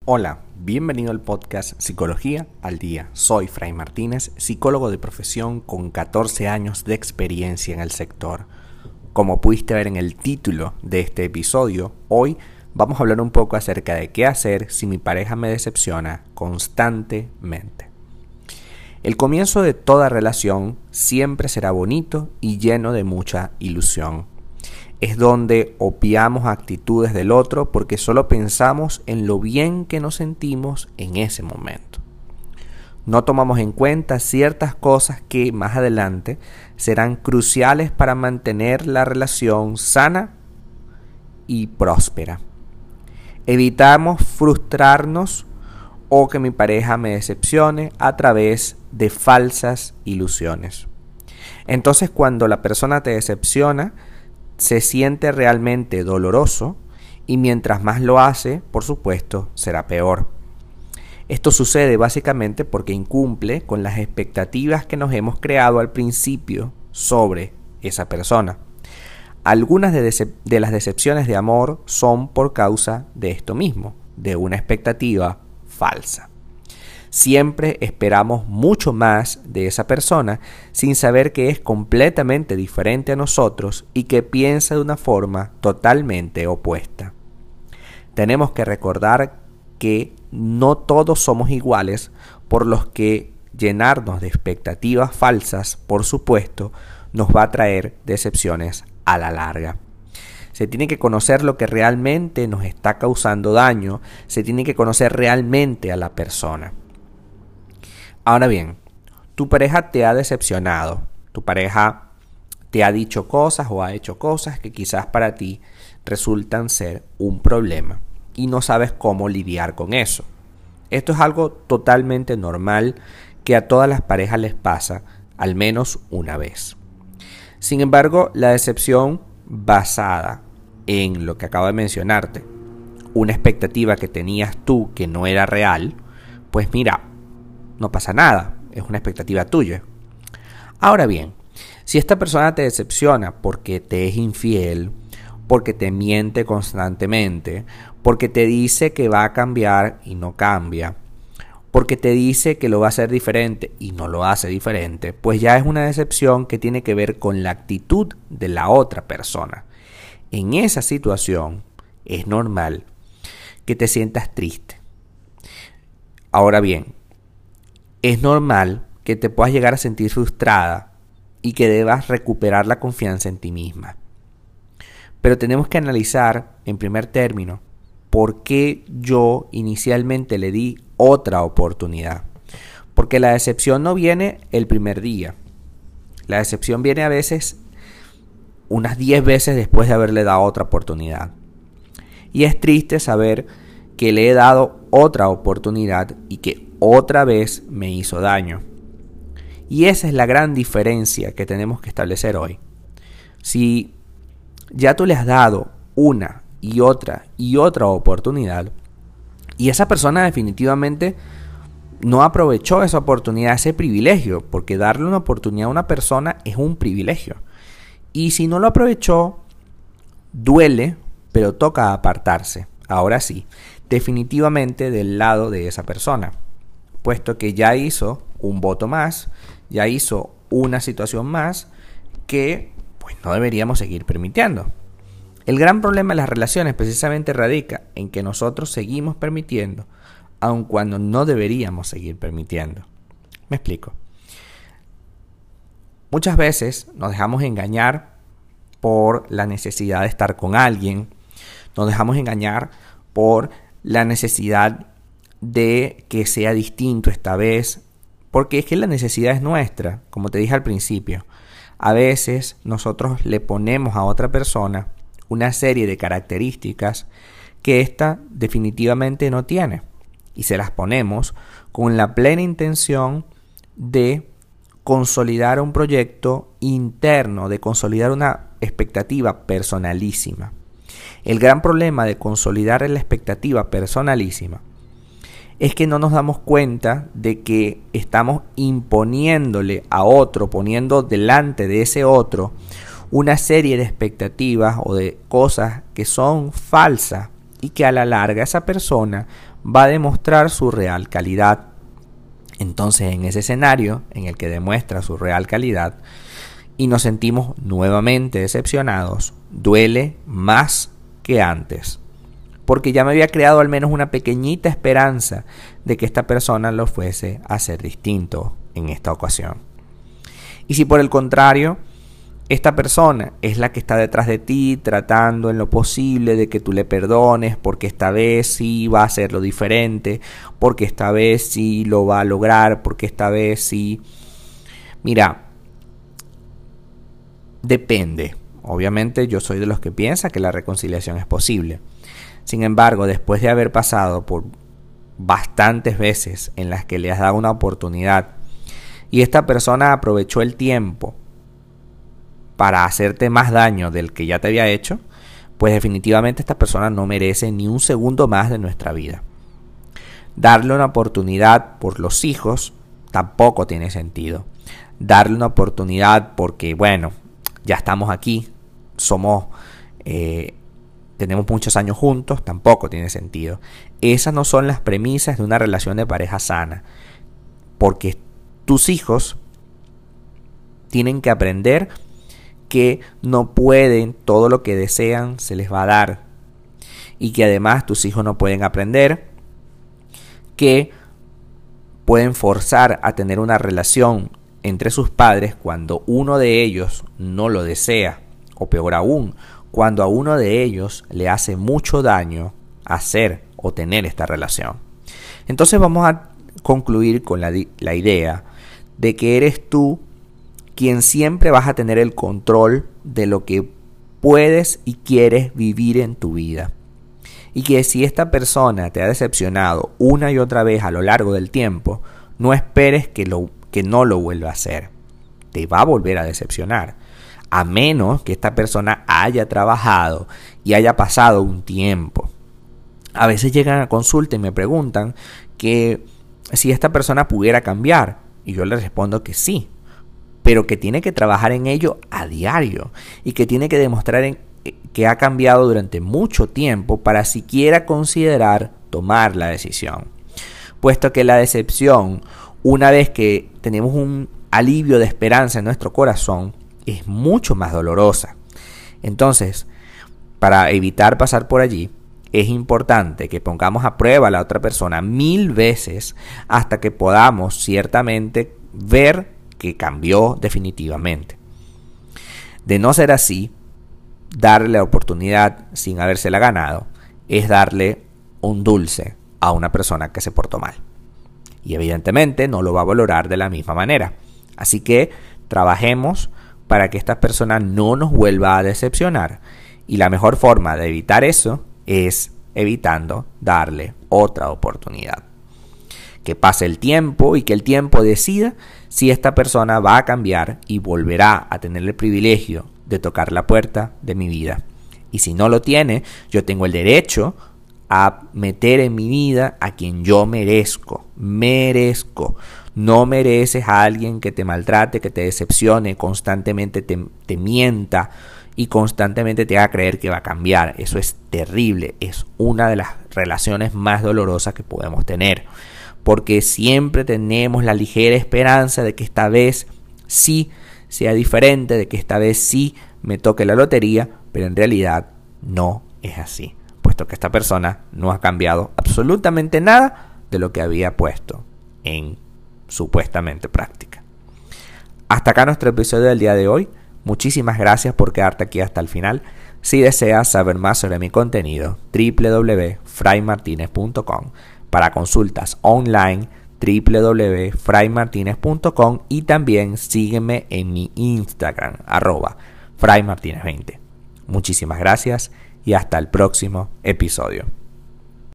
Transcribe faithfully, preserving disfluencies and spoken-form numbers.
Hola, bienvenido al podcast Psicología al Día. Soy Fray Martínez, psicólogo de profesión con catorce años de experiencia en el sector. Como pudiste ver en el título de este episodio, hoy vamos a hablar un poco acerca de qué hacer si mi pareja me decepciona constantemente. El comienzo de toda relación siempre será bonito y lleno de mucha ilusión. Es donde obviamos actitudes del otro porque solo pensamos en lo bien que nos sentimos en ese momento. No tomamos en cuenta ciertas cosas que más adelante serán cruciales para mantener la relación sana y próspera. Evitamos frustrarnos o que mi pareja me decepcione a través de falsas ilusiones. Entonces, cuando la persona te decepciona, se siente realmente doloroso y mientras más lo hace, por supuesto, será peor. Esto sucede básicamente porque incumple con las expectativas que nos hemos creado al principio sobre esa persona. Algunas de, decep- de las decepciones de amor son por causa de esto mismo, de una expectativa falsa. Siempre esperamos mucho más de esa persona sin saber que es completamente diferente a nosotros y que piensa de una forma totalmente opuesta. Tenemos que recordar que no todos somos iguales, por los que llenarnos de expectativas falsas, por supuesto, nos va a traer decepciones a la larga. Se tiene que conocer lo que realmente nos está causando daño, se tiene que conocer realmente a la persona. Ahora bien, tu pareja te ha decepcionado, tu pareja te ha dicho cosas o ha hecho cosas que quizás para ti resultan ser un problema y no sabes cómo lidiar con eso. Esto es algo totalmente normal que a todas las parejas les pasa al menos una vez. Sin embargo, la decepción basada en lo que acabo de mencionarte, una expectativa que tenías tú que no era real, pues mira, no pasa nada, es una expectativa tuya. Ahora bien, si esta persona te decepciona porque te es infiel, porque te miente constantemente, porque te dice que va a cambiar y no cambia, porque te dice que lo va a hacer diferente y no lo hace diferente, pues ya es una decepción que tiene que ver con la actitud de la otra persona. En esa situación es normal que te sientas triste. Ahora bien, es normal que te puedas llegar a sentir frustrada y que debas recuperar la confianza en ti misma. Pero tenemos que analizar, en primer término, por qué yo inicialmente le di otra oportunidad. Porque la decepción no viene el primer día. La decepción viene a veces unas diez veces después de haberle dado otra oportunidad. Y es triste saber que le he dado otra oportunidad y que otra vez me hizo daño. Y esa es la gran diferencia que tenemos que establecer hoy. Si ya tú le has dado una y otra y otra oportunidad y esa persona definitivamente no aprovechó esa oportunidad, ese privilegio, porque darle una oportunidad a una persona es un privilegio. Y si no lo aprovechó, duele, pero toca apartarse. Ahora sí, definitivamente del lado de esa persona, puesto que ya hizo un voto más, ya hizo una situación más que pues no deberíamos seguir permitiendo. El gran problema de las relaciones precisamente radica en que nosotros seguimos permitiendo, aun cuando no deberíamos seguir permitiendo. Me explico. Muchas veces nos dejamos engañar por la necesidad de estar con alguien, nos dejamos engañar por la necesidad de que sea distinto esta vez, porque es que la necesidad es nuestra, como te dije al principio. A veces nosotros le ponemos a otra persona una serie de características que ésta definitivamente no tiene y se las ponemos con la plena intención de consolidar un proyecto interno, de consolidar una expectativa personalísima. El gran problema de consolidar la expectativa personalísima es que no nos damos cuenta de que estamos imponiéndole a otro, poniendo delante de ese otro una serie de expectativas o de cosas que son falsas y que a la larga esa persona va a demostrar su real calidad. Entonces, en ese escenario en el que demuestra su real calidad y nos sentimos nuevamente decepcionados, duele más que antes, porque ya me había creado al menos una pequeñita esperanza de que esta persona lo fuese a hacer distinto en esta ocasión. Y si por el contrario, esta persona es la que está detrás de ti tratando en lo posible de que tú le perdones, porque esta vez sí va a hacerlo diferente, porque esta vez sí lo va a lograr, porque esta vez sí... Mira, depende. Obviamente yo soy de los que piensa que la reconciliación es posible. Sin embargo, después de haber pasado por bastantes veces en las que le has dado una oportunidad y esta persona aprovechó el tiempo para hacerte más daño del que ya te había hecho, pues definitivamente esta persona no merece ni un segundo más de nuestra vida. Darle una oportunidad por los hijos tampoco tiene sentido. Darle una oportunidad porque, bueno, ya estamos aquí, somos, eh, tenemos muchos años juntos, tampoco tiene sentido. Esas no son las premisas de una relación de pareja sana, porque tus hijos tienen que aprender que no pueden, todo lo que desean se les va a dar, y que además tus hijos no pueden aprender que pueden forzar a tener una relación entre sus padres cuando uno de ellos no lo desea, o peor aún, cuando a uno de ellos le hace mucho daño hacer o tener esta relación. Entonces vamos a concluir con la, la idea de que eres tú quien siempre vas a tener el control de lo que puedes y quieres vivir en tu vida. Y que si esta persona te ha decepcionado una y otra vez a lo largo del tiempo, no esperes que, lo, que no lo vuelva a hacer. Te va a volver a decepcionar. A menos que esta persona haya trabajado y haya pasado un tiempo. A veces llegan a consulta y me preguntan que si esta persona pudiera cambiar. Y yo les respondo que sí, pero que tiene que trabajar en ello a diario y que tiene que demostrar en, que ha cambiado durante mucho tiempo para siquiera considerar tomar la decisión. Puesto que la decepción, una vez que tenemos un alivio de esperanza en nuestro corazón, es mucho más dolorosa. Entonces, para evitar pasar por allí, es importante que pongamos a prueba a la otra persona mil veces hasta que podamos ciertamente ver que cambió definitivamente. De no ser así, darle la oportunidad sin habérsela ganado es darle un dulce a una persona que se portó mal. Y evidentemente no lo va a valorar de la misma manera. Así que trabajemos para que esta persona no nos vuelva a decepcionar. Y la mejor forma de evitar eso es evitando darle otra oportunidad. Que pase el tiempo y que el tiempo decida si esta persona va a cambiar y volverá a tener el privilegio de tocar la puerta de mi vida. Y si no lo tiene, yo tengo el derecho a meter en mi vida a quien yo merezco. Merezco. No mereces a alguien que te maltrate, que te decepcione, constantemente te, te mienta y constantemente te haga creer que va a cambiar. Eso es terrible. Es una de las relaciones más dolorosas que podemos tener. Porque siempre tenemos la ligera esperanza de que esta vez sí sea diferente, de que esta vez sí me toque la lotería, pero en realidad no es así, puesto que esta persona no ha cambiado absolutamente nada de lo que había puesto en supuestamente práctica. Hasta acá nuestro episodio del día de hoy. Muchísimas gracias por quedarte aquí hasta el final. Si deseas saber más sobre mi contenido, doble u doble u doble u punto fray martinez punto com. Para consultas online, doble u doble u doble u punto fray martinez punto com, y también sígueme en mi Instagram, arroba fray martinez veinte. Muchísimas gracias y hasta el próximo episodio.